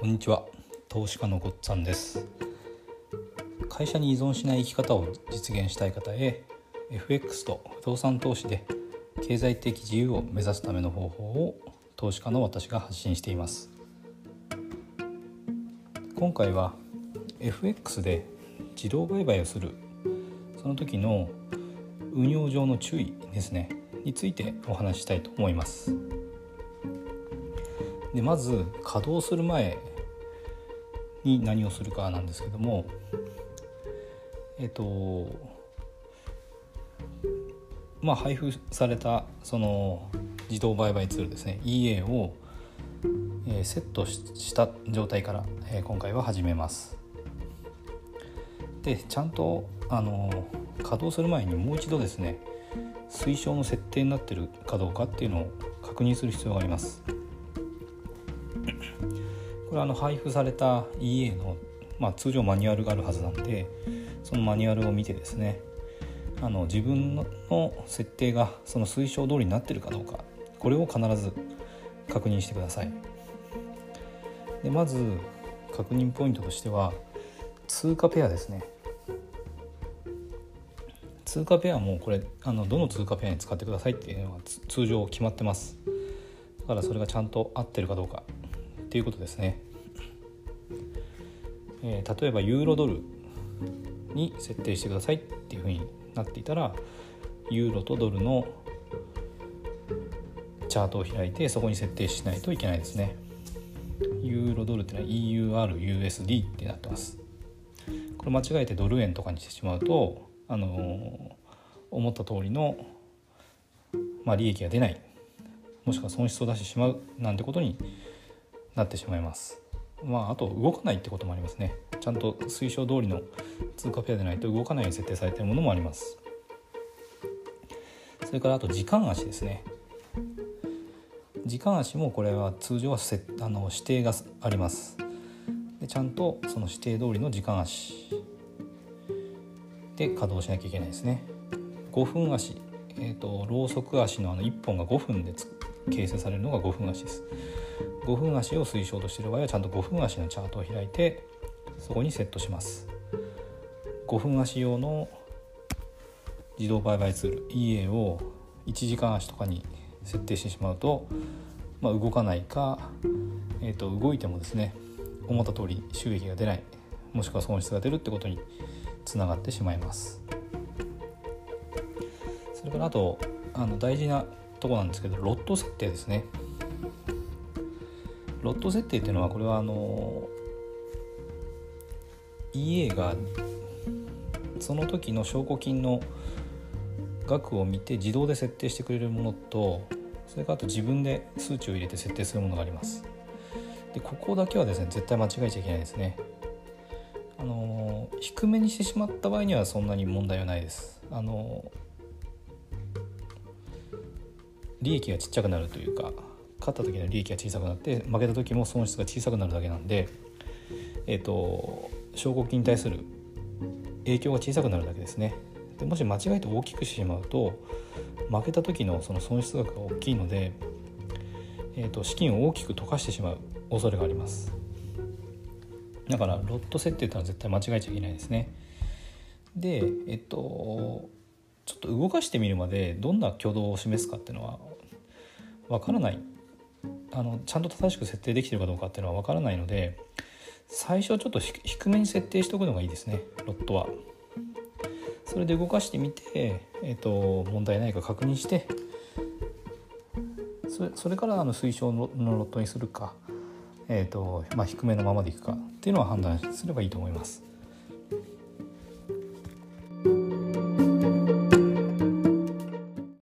こんにちは。投資家のごっつぁんです。会社に依存しない生き方を実現したい方へ FX と不動産投資で経済的自由を目指すための方法を投資家の私が発信しています。今回は FX で自動売買をするその時の運用上の注意ですねについてお話ししたいと思います。でまず稼働する前に何をするかなんですけども、配布されたその自動売買ツールですね EA を、セットした状態から、今回は始めます。でちゃんと稼働する前にもう一度ですね推奨の設定になっているかどうかっていうのを確認する必要があります。これは配布された EA の、通常マニュアルがあるはずなんで、そのマニュアルを見てですね自分の設定がその推奨通りになっているかどうか、これを必ず確認してください。でまず確認ポイントとしては通貨ペアですね。通貨ペアもこれどの通貨ペアに使ってくださいっていうのは通常決まってます。だからそれがちゃんと合ってるかどうかっていうことですね。例えばユーロドルに設定してくださいっていうふうになっていたら、ユーロとドルのチャートを開いてそこに設定しないといけないですね。ユーロドルっていうのは EURUSD ってなってます。これ間違えてドル円とかにしてしまうと思った通りの、利益が出ない、もしくは損失を出してしまうなんてことになってしまいます。あと動かないってこともありますね。ちゃんと推奨通りの通貨ペアでないと動かないように設定されているものもあります。それからあと時間足ですね。時間足もこれは通常は指定があります。でちゃんとその指定通りの時間足で稼働しなきゃいけないですね。5分足、ロウソク足の1本が5分で形成されるのが5分足です。5分足を推奨としている場合はちゃんと5分足のチャートを開いてそこにセットします。5分足用の自動売買ツール EA を1時間足とかに設定してしまうと、動かないか、動いてもですね思った通り収益が出ない、もしくは損失が出るってことにつながってしまいます。それからあと大事なところなんですけど、ロット設定ですね。ロット設定っていうのはこれはEA がその時の証拠金の額を見て自動で設定してくれるものと、それからあと自分で数値を入れて設定するものがあります。でここだけはですね絶対間違えちゃいけないですね。低めにしてしまった場合にはそんなに問題はないです。利益がちっちゃくなるというか、勝った時の利益が小さくなって負けた時も損失が小さくなるだけなんで、証拠金に対する影響が小さくなるだけですね。でもし間違えて大きくしてしまうと負けた時のその損失額が大きいので、資金を大きく溶かしてしまう恐れがあります。だからロット設定というのは絶対間違えちゃいけないですね。でちょっと動かしてみるまでどんな挙動を示すかっていうのはわからない、ちゃんと正しく設定できているかどうかっていうのはわからないので、最初はちょっと低めに設定しておくのがいいですね。ロットはそれで動かしてみて、問題ないか確認して、それから推奨のロットにするか、低めのままでいくかっていうのは判断すればいいと思います。